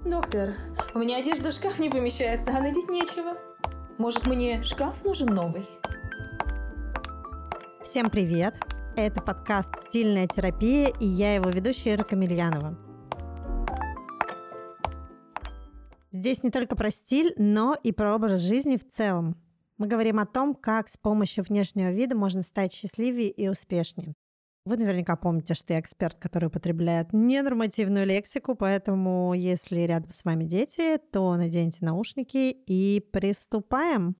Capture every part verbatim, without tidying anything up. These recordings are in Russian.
Доктор, у меня одежда в шкаф не помещается, а надеть нечего. Может, мне шкаф нужен новый? Всем привет! Это подкаст «Стильная терапия» и я его ведущая Ира Камельянова. Здесь не только про стиль, но и про образ жизни в целом. Мы говорим о том, как с помощью внешнего вида можно стать счастливее и успешнее. Вы наверняка помните, что я эксперт, который употребляет ненормативную лексику, поэтому если рядом с вами дети, то наденьте наушники и приступаем.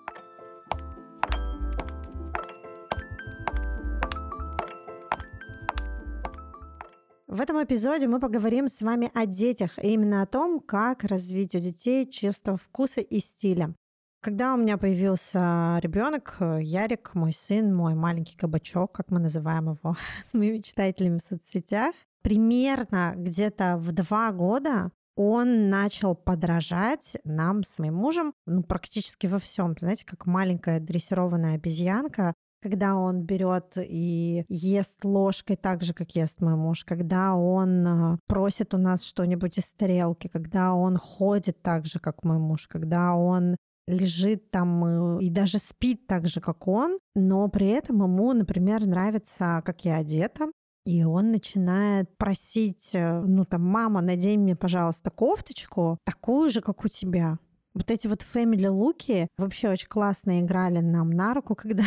В этом эпизоде мы поговорим с вами о детях, и именно о том, как развить у детей чувство вкуса и стиля. Когда у меня появился ребенок, Ярик, мой сын, мой маленький кабачок, как мы называем его с моими читателями в соцсетях, примерно где-то в два года он начал подражать нам с моим мужем, ну, практически во всем. Знаете, как маленькая дрессированная обезьянка, когда он берет и ест ложкой так же, как ест мой муж, когда он просит у нас что-нибудь из тарелки, когда он ходит так же, как мой муж, когда он лежит там и даже спит так же, как он, но при этом ему, например, нравится, как я одета, и он начинает просить, ну там, мама, надень мне, пожалуйста, кофточку такую же, как у тебя. Вот эти вот family луки вообще очень классно играли нам на руку, когда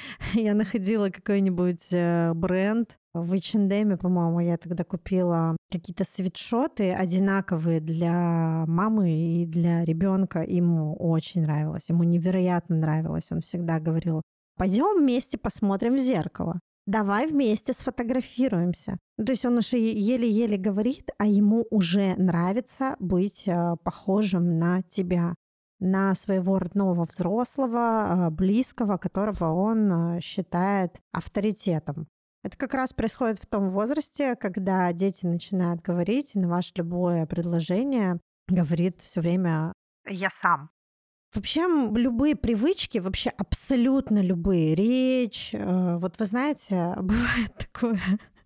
я находила какой-нибудь бренд. В эйч энд эм, по-моему, я тогда купила какие-то свитшоты одинаковые для мамы и для ребенка. Ему очень нравилось, ему невероятно нравилось. Он всегда говорил: пойдем вместе посмотрим в зеркало. Давай вместе сфотографируемся. Ну, то есть он уже еле-еле говорит, а ему уже нравится быть похожим на тебя, на своего родного взрослого, близкого, которого он считает авторитетом. Это как раз происходит в том возрасте, когда дети начинают говорить, и на ваше любое предложение говорит все время «я сам». Вообще любые привычки, вообще абсолютно любые, речь, вот вы знаете, бывает такое,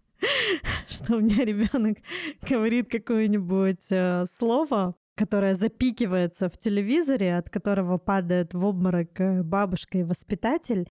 что у меня ребенок говорит какое-нибудь слово, которое запикивается в телевизоре, от которого падает в обморок бабушка и воспитатель.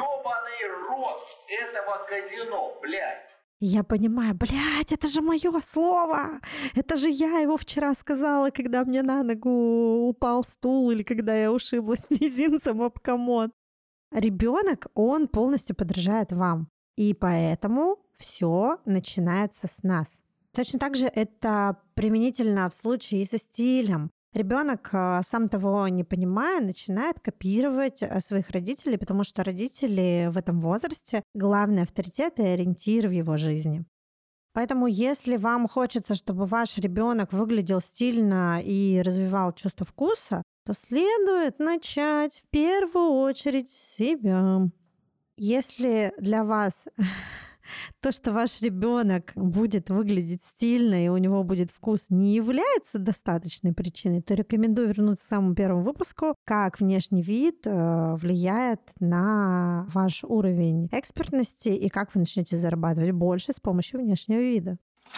Ёбаный рот этого казино, блядь! Я понимаю, блядь, это же мое слово! Это же я его вчера сказала, когда мне на ногу упал стул или когда я ушиблась мизинцем об комод. Ребенок, он полностью подражает вам. И поэтому все начинается с нас. Точно так же это применительно в случае и со стилем. Ребенок, сам того не понимая, начинает копировать своих родителей, потому что родители в этом возрасте — главный авторитет и ориентир в его жизни. Поэтому, если вам хочется, чтобы ваш ребенок выглядел стильно и развивал чувство вкуса, то следует начать в первую очередь с себя. Если для вас то, что ваш ребенок будет выглядеть стильно и у него будет вкус, не является достаточной причиной, то рекомендую вернуться к самому первому выпуску, как внешний вид влияет на ваш уровень экспертности и как вы начнете зарабатывать больше с помощью внешнего вида.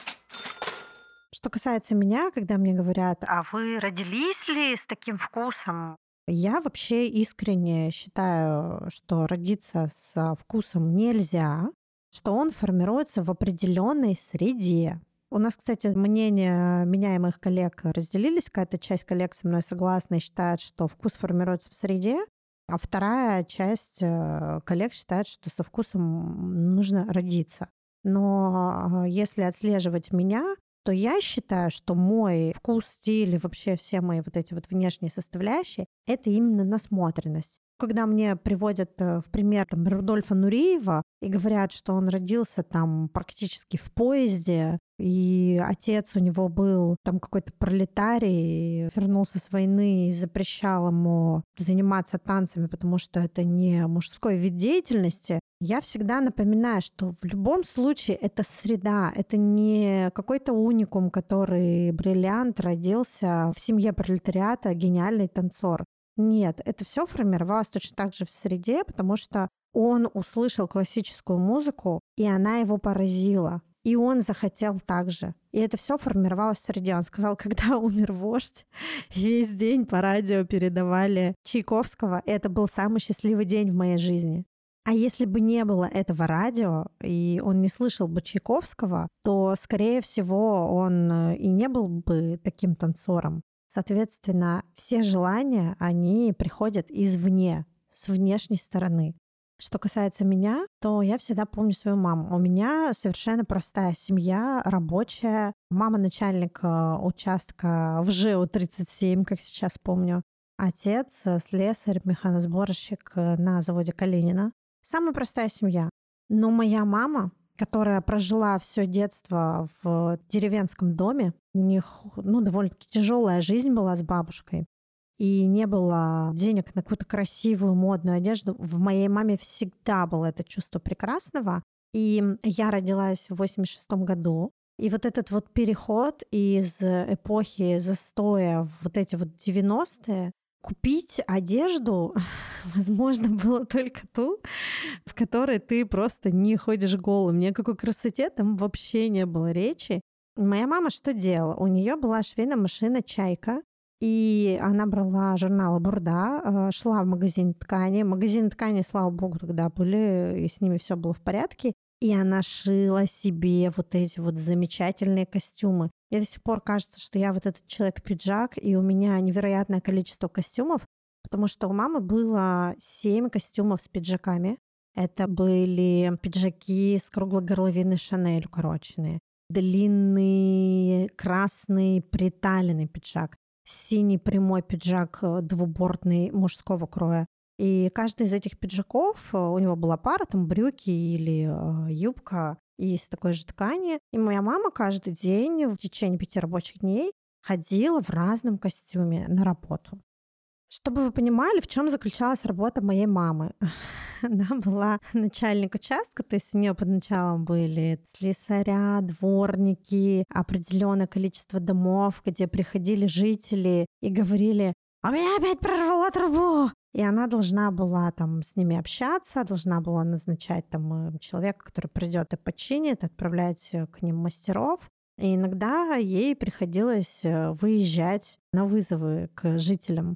Что касается меня, когда мне говорят: а вы родились ли с таким вкусом? Я вообще искренне считаю, что родиться с вкусом нельзя, что он формируется в определенной среде. У нас, кстати, мнения меня и моих коллег разделились. Какая-то часть коллег со мной согласна и считает, что вкус формируется в среде, а вторая часть коллег считает, что со вкусом нужно родиться. Но если отслеживать меня, то я считаю, что мой вкус, стиль и вообще все мои вот эти вот внешние составляющие — это именно насмотренность. Когда мне приводят в пример там, Рудольфа Нуриева и говорят, что он родился там практически в поезде, и отец у него был там какой-то пролетарий, вернулся с войны и запрещал ему заниматься танцами, потому что это не мужской вид деятельности, я всегда напоминаю, что в любом случае это среда, это не какой-то уникум, который бриллиант, родился в семье пролетариата, гениальный танцор. Нет, это все формировалось точно так же в среде, потому что он услышал классическую музыку, и она его поразила. И он захотел так же. И это все формировалось в среде. Он сказал, когда умер вождь, весь день по радио передавали Чайковского. И это был самый счастливый день в моей жизни. А если бы не было этого радио, и он не слышал бы Чайковского, то, скорее всего, он и не был бы таким танцором. Соответственно, все желания, они приходят извне, с внешней стороны. Что касается меня, то я всегда помню свою маму. У меня совершенно простая семья, рабочая. Мама начальник э, участка в ЖЭУ тридцать семь, как сейчас помню. Отец э, слесарь, механосборщик э, на заводе Калинина. Самая простая семья. Но моя мама, которая прожила все детство в деревенском доме, у них ну, довольно-таки тяжелая жизнь была с бабушкой. И не было денег на какую-то красивую модную одежду. В моей маме всегда было это чувство прекрасного. И я родилась в восемьдесят шестом году. И вот этот вот переход из эпохи застоя в вот эти вот девяностые, купить одежду, возможно, было только ту, в которой ты просто не ходишь голым. Ни о какой красоте там вообще не было речи. Моя мама что делала? У нее была швейная машина «Чайка», и она брала журналы «Бурда», шла в магазин ткани. Магазины ткани, слава богу, тогда были, и с ними все было в порядке. И она шила себе вот эти вот замечательные костюмы. Мне до сих пор кажется, что я вот этот человек-пиджак, и у меня невероятное количество костюмов, потому что у мамы было семь костюмов с пиджаками. Это были пиджаки с круглой горловиной Шанель укороченные, длинный красный приталенный пиджак, синий прямой пиджак двубортный мужского кроя. И каждый из этих пиджаков, у него была пара, там брюки или э, юбка из такой же ткани. И моя мама каждый день в течение пяти рабочих дней ходила в разном костюме на работу. Чтобы вы понимали, в чем заключалась работа моей мамы. Она была начальник участка, то есть у нее под началом были слесаря, дворники, определенное количество домов, где приходили жители и говорили: «У меня опять прорвало трубу!» И она должна была там с ними общаться, должна была назначать там человека, который придет и починит, отправлять к ним мастеров. И иногда ей приходилось выезжать на вызовы к жителям.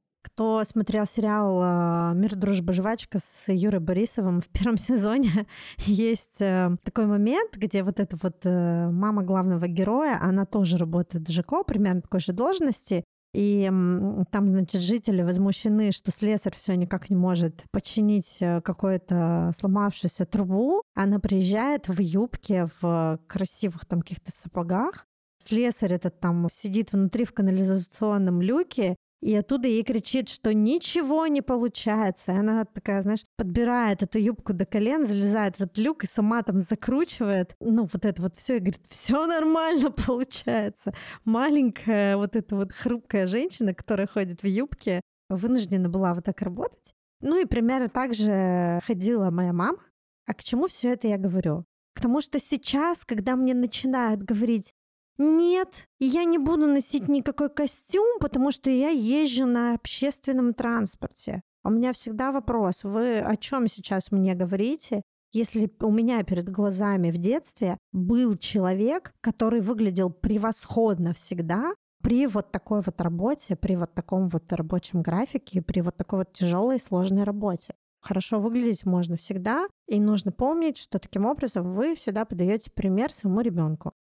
Кто смотрел сериал «Мир, дружба, жвачка» с Юрой Борисовым в первом сезоне, есть такой момент, где вот эта вот мама главного героя, она тоже работает в ЖЭКО, примерно такой же должности, и там, значит, жители возмущены, что слесарь все никак не может починить какую-то сломавшуюся трубу. Она приезжает в юбке, в красивых там каких-то сапогах. Слесарь этот там сидит внутри в канализационном люке, и оттуда ей кричит, что ничего не получается. И она такая, знаешь, подбирает эту юбку до колен, залезает в этот люк и сама там закручивает. Ну, вот это вот все и говорит: все нормально получается. Маленькая вот эта вот хрупкая женщина, которая ходит в юбке, вынуждена была вот так работать. Ну и примерно так же ходила моя мама. А к чему все это я говорю? К тому, что сейчас, когда мне начинают говорить: нет, я не буду носить никакой костюм, потому что я езжу на общественном транспорте. У меня всегда вопрос: вы о чем сейчас мне говорите, если у меня перед глазами в детстве был человек, который выглядел превосходно всегда при вот такой вот работе, при вот таком вот рабочем графике, при вот такой вот тяжелой и сложной работе. Хорошо выглядеть можно всегда, и нужно помнить, что таким образом вы всегда подаете пример своему ребенку.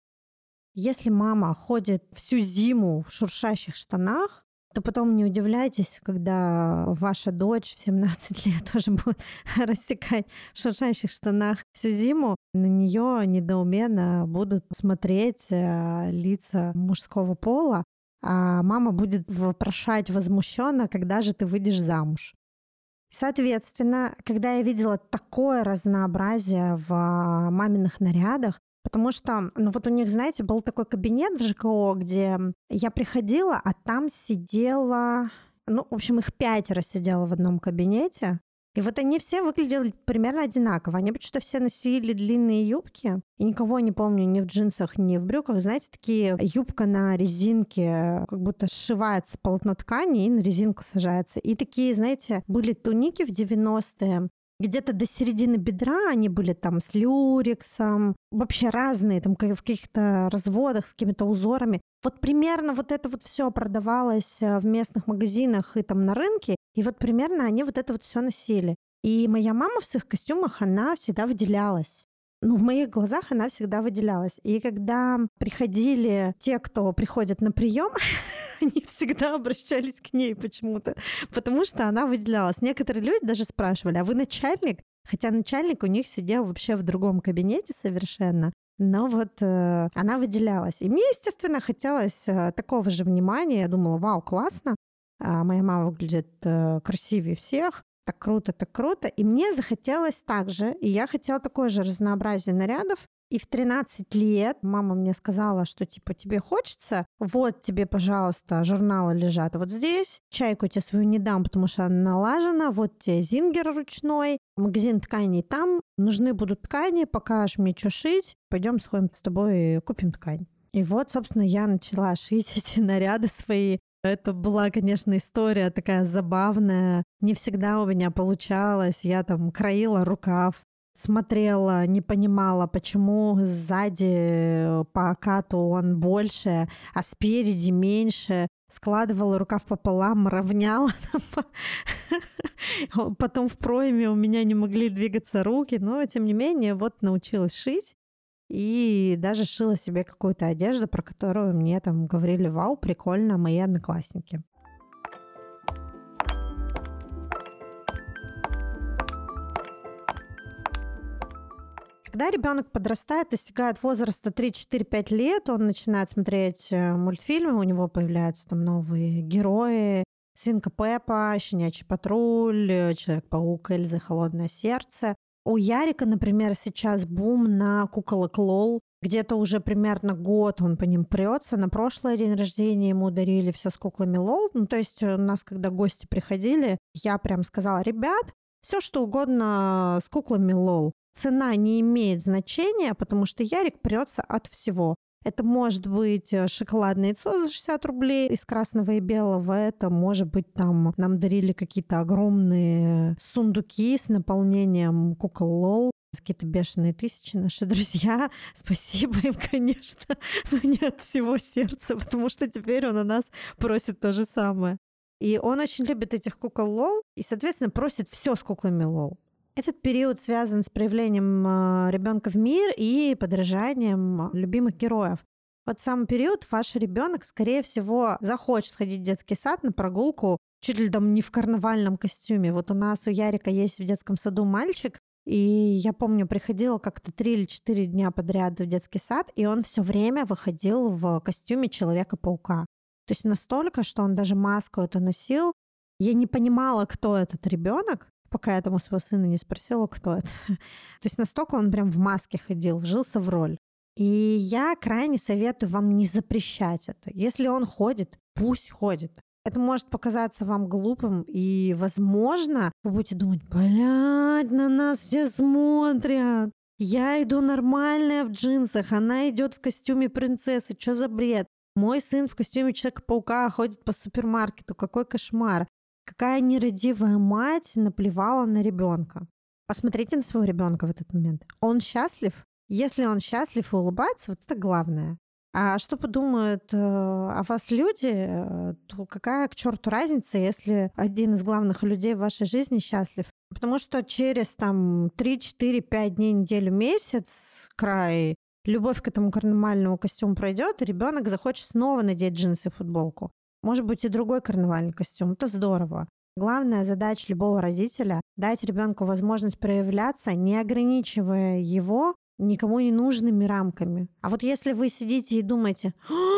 Если мама ходит всю зиму в шуршащих штанах, то потом не удивляйтесь, когда ваша дочь в семнадцать лет тоже будет рассекать в шуршащих штанах всю зиму. На нее недоуменно будут смотреть лица мужского пола, а мама будет вопрошать возмущенно: когда же ты выйдешь замуж? Соответственно, когда я видела такое разнообразие в маминых нарядах, потому что, ну вот у них, знаете, был такой кабинет в ЖКО, где я приходила, а там сидела, ну, в общем, их пятеро сидело в одном кабинете. И вот они все выглядели примерно одинаково. Они почему-то все носили длинные юбки. И никого не помню ни в джинсах, ни в брюках. Знаете, такие юбка на резинке, как будто сшивается полотно ткани и на резинку сажается. И такие, знаете, были туники в девяностые. где-то до середины бедра они были там с люрексом, вообще разные, там в каких-то разводах с какими-то узорами. Вот примерно вот это вот все продавалось в местных магазинах и там на рынке, и вот примерно они вот это вот все носили. И моя мама в своих костюмах, она всегда выделялась. Ну, в моих глазах она всегда выделялась. И когда приходили те, кто приходит на прием, они всегда обращались к ней почему-то, потому что она выделялась. Некоторые люди даже спрашивали, а вы начальник? Хотя начальник у них сидел вообще в другом кабинете совершенно. Но вот э, она выделялась. И мне, естественно, хотелось э, такого же внимания. Я думала, вау, классно. А моя мама выглядит э, красивее всех. Так круто, так круто. И мне захотелось так же. И я хотела такое же разнообразие нарядов. И в тринадцать лет мама мне сказала, что типа тебе хочется, вот тебе, пожалуйста, журналы лежат вот здесь, чайку тебе свою не дам, потому что она налажена, вот тебе зингер ручной, магазин тканей там, нужны будут ткани, покажешь мне, что шить, пойдем сходим с тобой и купим ткань. И вот, собственно, я начала шить эти наряды свои. Это была, конечно, история такая забавная. Не всегда у меня получалось. Я там краила рукав, смотрела, не понимала, почему сзади по окату он больше, а спереди меньше. Складывала рукав пополам, равняла. Потом в пройме у меня не могли двигаться руки, но, тем не менее, вот научилась шить. И даже шила себе какую-то одежду, про которую мне там говорили, вау, прикольно, мои одноклассники. Когда ребенок подрастает, достигает возраста три-четыре-пять лет, он начинает смотреть мультфильмы, у него появляются там новые герои. Свинка Пеппа, Щенячий патруль, Человек-паук, Эльза, Холодное сердце. У Ярика, например, сейчас бум на куколок Лол. Где-то уже примерно год он по ним прется. На прошлый день рождения ему дарили все с куклами Лол. Ну, то есть у нас, когда гости приходили, я прям сказала, ребят, все что угодно с куклами Лол. Цена не имеет значения, потому что Ярик прется от всего. Это может быть шоколадное яйцо за шестьдесят рублей из красного и белого. Это может быть там нам дарили какие-то огромные сундуки с наполнением кукол Лол. Какие-то бешеные тысячи наши друзья. Спасибо им, конечно, но не от всего сердца, потому что теперь он у нас просит то же самое. И он очень любит этих кукол Лол и, соответственно, просит все с куклами Лол. Этот период связан с проявлением ребенка в мир и подражанием любимых героев. В этот самый период ваш ребенок, скорее всего, захочет ходить в детский сад на прогулку чуть ли там не в карнавальном костюме. Вот у нас у Ярика есть в детском саду мальчик, и я помню, приходила как-то три или четыре дня подряд в детский сад, и он все время выходил в костюме Человека-паука. То есть настолько, что он даже маску эту носил. Я не понимала, кто этот ребенок, пока я там у своего сына не спросила, кто это. То есть настолько он прям в маске ходил, вжился в роль. И я крайне советую вам не запрещать это. Если он ходит, пусть ходит. Это может показаться вам глупым, и, возможно, вы будете думать, блядь, на нас все смотрят. Я иду нормальная в джинсах, она идет в костюме принцессы. Что за бред? Мой сын в костюме Человека-паука ходит по супермаркету. Какой кошмар. Какая нерадивая мать наплевала на ребенка. Посмотрите на своего ребенка в этот момент. Он счастлив? Если он счастлив и улыбается, вот это главное. А что подумают э, о вас люди, э, то какая к черту разница, если один из главных людей в вашей жизни счастлив? Потому что через там три-четыре-пять дней, неделю, месяц, край, любовь к этому карнавальному костюму пройдет, и ребенок захочет снова надеть джинсы и футболку. Может быть, и другой карнавальный костюм. Это здорово. Главная задача любого родителя – дать ребенку возможность проявляться, не ограничивая его никому не нужными рамками. А вот если вы сидите и думаете,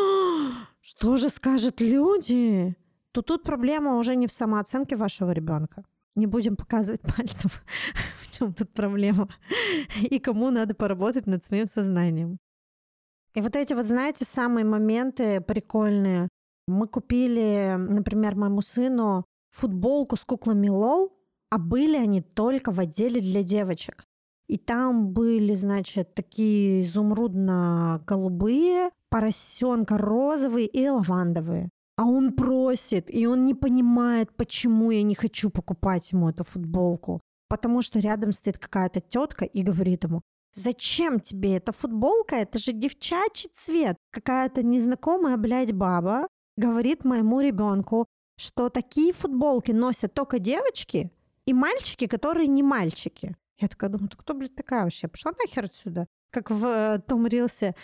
что же скажут люди, то тут проблема уже не в самооценке вашего ребенка. Не будем показывать пальцем, в чем тут проблема, и кому надо поработать над своим сознанием. И вот эти вот, знаете, самые моменты прикольные. Мы купили, например, моему сыну футболку с куклами Лол, а были они только в отделе для девочек. И там были, значит, такие изумрудно-голубые, поросенка-розовые и лавандовые. А он просит, и он не понимает, почему я не хочу покупать ему эту футболку. потому что рядом стоит какая-то тетка и говорит ему: зачем тебе эта футболка? Это же девчачий цвет. Какая-то незнакомая, блядь, баба говорит моему ребенку, что такие футболки носят только девочки и мальчики, которые не мальчики. Я такая думаю, ты кто, блядь, такая вообще? Пошла нахер отсюда. Как в э, том рилсе.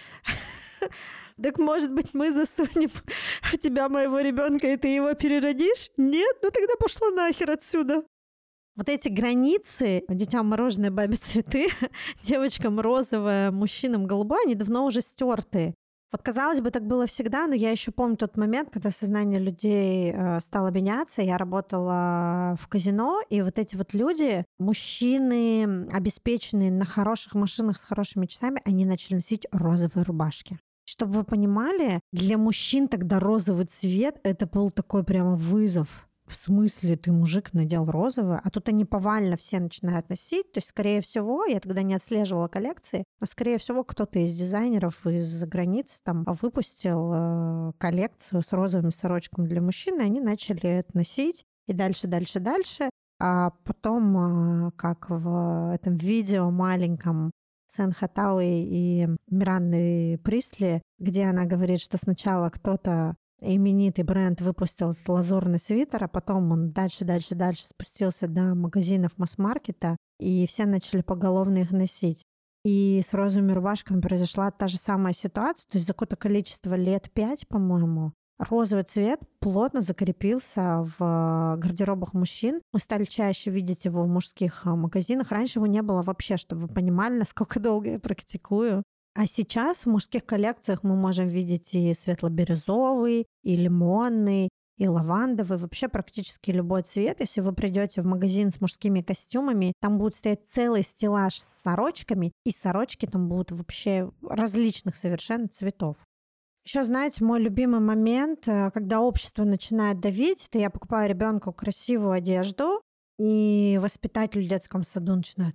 Так, может быть, мы засунем в тебя моего ребенка, и ты его переродишь? Нет? Ну тогда пошла нахер отсюда. Вот эти границы, детям мороженое, бабе цветы, девочкам розовое, мужчинам голубое, они давно уже стерты. Вот, казалось бы, так было всегда, но я еще помню тот момент, когда сознание людей э, стало меняться. Я работала в казино, и вот эти вот люди, мужчины, обеспеченные на хороших машинах с хорошими часами, они начали носить розовые рубашки. Чтобы вы понимали, для мужчин тогда розовый цвет — это был такой прямо вызов. В смысле, ты, мужик, надел розовое? А тут они повально все начинают носить. То есть, скорее всего, я тогда не отслеживала коллекции, но, скорее всего, кто-то из дизайнеров из-за границ там выпустил э, коллекцию с розовыми сорочками для мужчин, и они начали это носить. И дальше, дальше, дальше. А потом, э, как в этом видео маленьком с Энн Хэтэуэй и Миранной Присли, где она говорит, что сначала кто-то именитый бренд выпустил этот лазурный свитер, а потом он дальше, дальше, дальше спустился до магазинов масс-маркета, и все начали поголовно их носить. И с розовыми рубашками произошла та же самая ситуация, то есть за какое-то количество лет, пять, по-моему, розовый цвет плотно закрепился в гардеробах мужчин. Мы стали чаще видеть его в мужских магазинах. Раньше его не было вообще, чтобы вы понимали, насколько долго я практикую. А сейчас в мужских коллекциях мы можем видеть и светло-бирюзовый, и лимонный, и лавандовый, вообще практически любой цвет. Если вы придете в магазин с мужскими костюмами, там будет стоять целый стеллаж с сорочками, и сорочки там будут вообще различных совершенно цветов. Еще, знаете, мой любимый момент, когда общество начинает давить, это я покупаю ребенку красивую одежду, и воспитатель в детском саду начинает: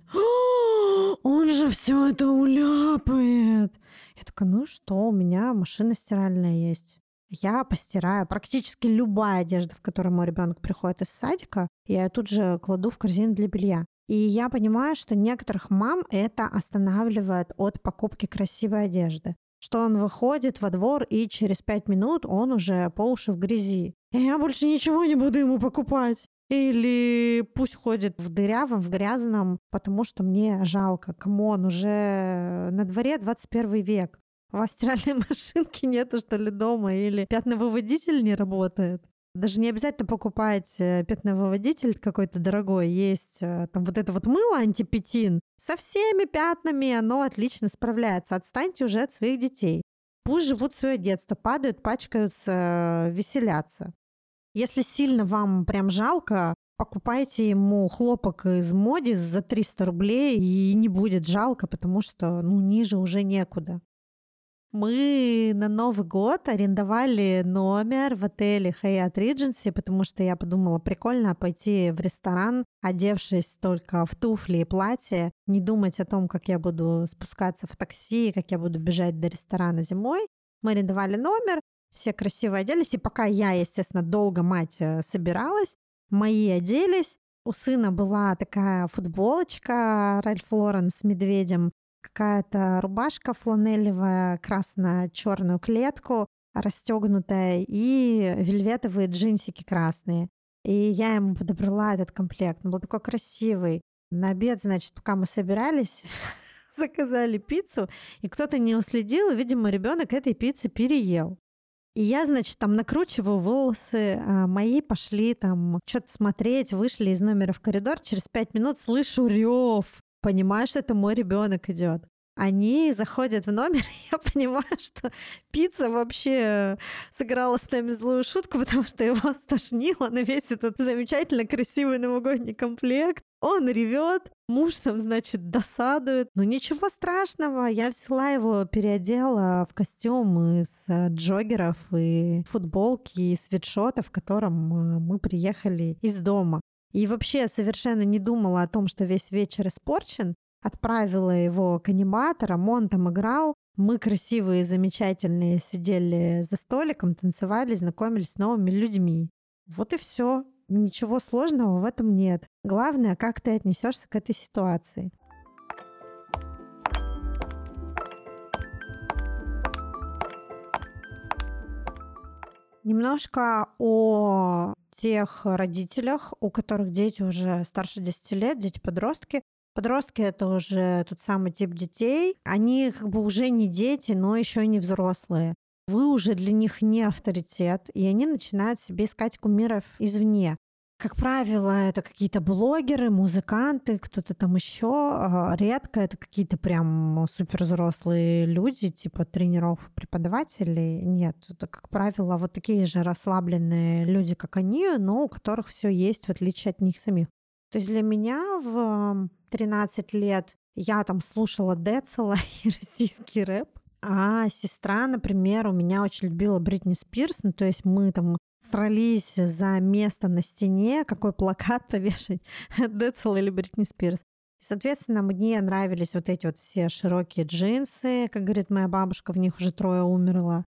он же все это уляпает. Я такая: ну что, у меня машина стиральная есть. Я постираю. Практически любая одежда, в которой мой ребенок приходит из садика, я ее тут же кладу в корзину для белья. И я понимаю, что некоторых мам это останавливает от покупки красивой одежды. Что он выходит во двор, и через пять минут он уже по уши в грязи. И я больше ничего не буду ему покупать. Или пусть ходит в дырявом, в грязном, потому что мне жалко. Камон, уже на дворе двадцать первый век. У вас стиральной машинки нету, что ли, дома? Или пятновыводитель не работает? Даже не обязательно покупать пятновыводитель какой-то дорогой. Есть там вот это вот мыло антипетин. Со всеми пятнами оно отлично справляется. Отстаньте уже от своих детей. Пусть живут свое детство, падают, пачкаются, веселятся. Если сильно вам прям жалко, покупайте ему хлопок из Модис за триста рублей, и не будет жалко, потому что, ну, ниже уже некуда. Мы на Новый год арендовали номер в отеле Hyatt Regency, потому что я подумала, прикольно пойти в ресторан, одевшись только в туфли и платье, не думать о том, как я буду спускаться в такси, как я буду бежать до ресторана зимой. Мы арендовали номер, все красиво оделись, и пока я, естественно, долго, мать, собиралась, мои оделись. У сына была такая футболочка Ральф Лорен с медведем, какая-то рубашка фланелевая, красно-черную клетку, расстегнутая, и вельветовые джинсики красные. И я ему подобрала этот комплект. Он был такой красивый. На обед, значит, пока мы собирались, заказали пиццу, и кто-то не уследил, и, видимо, ребенок этой пиццы переел. И я, значит, там накручиваю волосы, а мои пошли там что-то смотреть, вышли из номера в коридор, через пять минут слышу рев. Понимаю, что это мой ребенок идет. Они заходят в номер, и я понимаю, что пицца вообще сыграла с нами злую шутку, потому что его стошнило на весь этот замечательно красивый новогодний комплект. Он ревет, муж там, значит, досадует. Но ничего страшного, я взяла его, переодела в костюм из джоггеров и футболки, и свитшота, в котором мы приехали из дома. И вообще совершенно не думала о том, что весь вечер испорчен. Отправила его к аниматорам, он там играл. Мы красивые, замечательные сидели за столиком, танцевали, знакомились с новыми людьми. Вот и все. Ничего сложного в этом нет. Главное, как ты отнесешься к этой ситуации. Немножко о тех родителях, у которых дети уже старше десяти лет, дети-подростки. Подростки — это уже тот самый тип детей. Они как бы уже не дети, но еще и не взрослые. Вы уже для них не авторитет, и они начинают себе искать кумиров извне. Как правило, это какие-то блогеры, музыканты, кто-то там еще. Редко это какие-то прям супервзрослые люди, типа тренеров, преподавателей. Нет, это, как правило, вот такие же расслабленные люди, как они, но у которых все есть, в отличие от них самих. То есть для меня в тринадцать лет я там слушала Децела и российский рэп, а сестра, например, у меня очень любила Бритни Спирс, ну, то есть мы там срались за место на стене, какой плакат повешать, Децл или Бритни Спирс. И, соответственно, мне нравились вот эти вот все широкие джинсы, как говорит моя бабушка, в них уже трое умерло.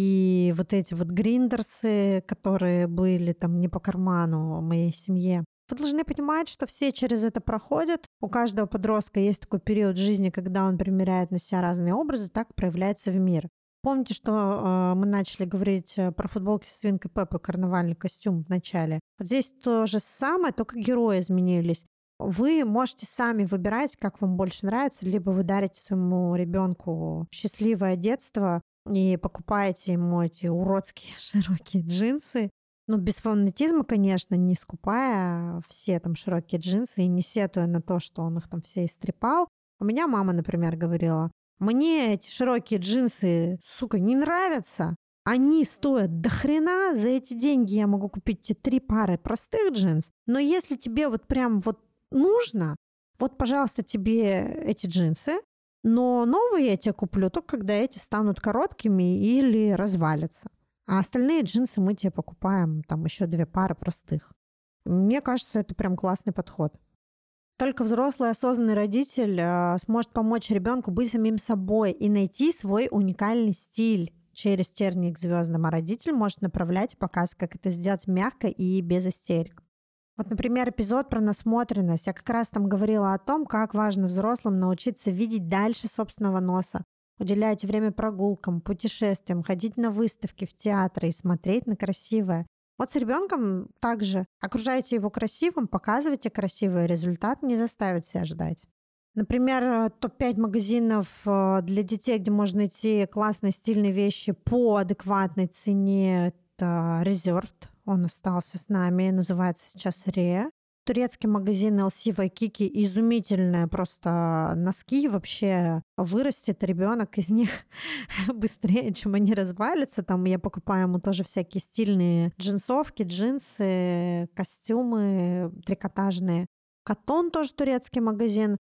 И вот эти вот гриндерсы, которые были там не по карману моей семье. Вы должны понимать, что все через это проходят. У каждого подростка есть такой период в жизни, когда он примеряет на себя разные образы, так проявляется в мир. Помните, что э, мы начали говорить про футболки с свинкой Пеппой, карнавальный костюм в начале? Вот здесь то же самое, только герои изменились. Вы можете сами выбирать, как вам больше нравится, либо вы дарите своему ребенку счастливое детство и покупаете ему эти уродские широкие джинсы. Ну, без фанатизма, конечно, не скупая все там широкие джинсы и не сетуя на то, что он их там все истрепал. У меня мама, например, говорила: мне эти широкие джинсы, сука, не нравятся. Они стоят до хрена. За эти деньги я могу купить тебе три пары простых джинс. Но если тебе вот прям вот нужно, вот, пожалуйста, тебе эти джинсы. Но новые я тебе куплю только когда эти станут короткими или развалятся. А остальные джинсы мы тебе покупаем, там еще две пары простых. Мне кажется, это прям классный подход. Только взрослый осознанный родитель э, сможет помочь ребенку быть самим собой и найти свой уникальный стиль через тернии к звездам, а родитель может направлять и показывать, как это сделать мягко и без истерик. Вот, например, эпизод про насмотренность. Я как раз там говорила о том, как важно взрослым научиться видеть дальше собственного носа, уделять время прогулкам, путешествиям, ходить на выставки, в театры и смотреть на красивое. Вот с ребенком также окружайте его красивым, показывайте красивый, результат не заставит себя ждать. Например, топ пять магазинов для детей, где можно найти классные стильные вещи по адекватной цене. Это Reserved, он остался с нами, называется сейчас Ре. Турецкий магазин эл си Waikiki, изумительные просто носки, вообще вырастет ребенок из них быстрее, чем они развалятся. Там я покупаю ему тоже всякие стильные джинсовки, джинсы, костюмы трикотажные. Катон тоже турецкий магазин.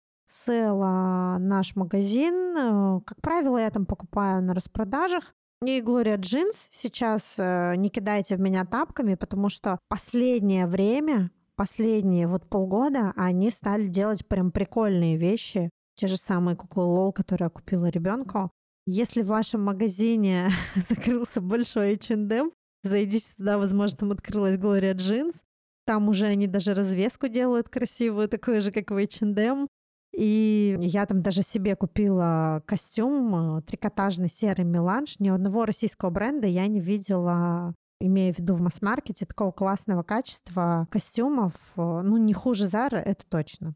Села наш магазин. Как правило, я там покупаю на распродажах. И Gloria Jeans сейчас не кидайте в меня тапками, потому что последнее время Последние вот полгода они стали делать прям прикольные вещи. Те же самые куклы Лол, которые я купила ребенку. Если в вашем магазине закрылся большой эйч энд эм, зайдите туда, возможно, там открылась Gloria Jeans. Там уже они даже развеску делают красивую, такую же, как в эйч энд эм. И я там даже себе купила костюм трикотажный серый меланж. Ни одного российского бренда я не видела, имея в виду в масс-маркете, такого классного качества костюмов. Ну, не хуже Зары, это точно.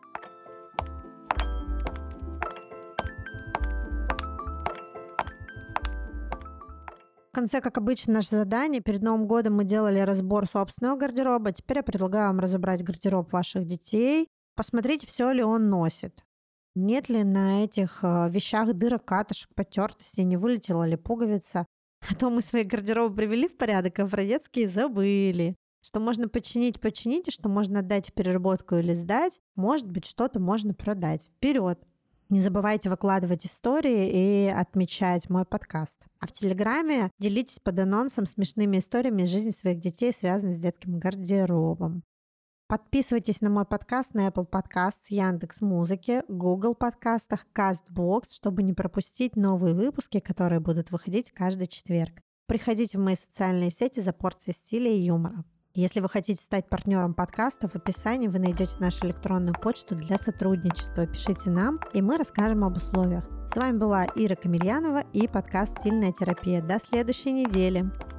В конце, как обычно, наше задание. Перед Новым годом мы делали разбор собственного гардероба. Теперь я предлагаю вам разобрать гардероб ваших детей. Посмотрите, все ли он носит. Нет ли на этих вещах дырок, катышек, потертостей, не вылетела ли пуговица. А то мы свои гардеробы привели в порядок, а про детские забыли. Что можно починить, почините, что можно отдать в переработку или сдать. Может быть, что-то можно продать. Вперед! Не забывайте выкладывать истории и отмечать мой подкаст. А в Телеграме делитесь под анонсом смешными историями из жизни своих детей, связанных с детским гардеробом. Подписывайтесь на мой подкаст на Apple Podcasts, Яндекс.Музыке, Google подкастах, Castbox, чтобы не пропустить новые выпуски, которые будут выходить каждый четверг. Приходите в мои социальные сети за порцией стиля и юмора. Если вы хотите стать партнером подкаста, в описании вы найдете нашу электронную почту для сотрудничества. Пишите нам, и мы расскажем об условиях. С вами была Ира Камельянова и подкаст «Стильная терапия». До следующей недели.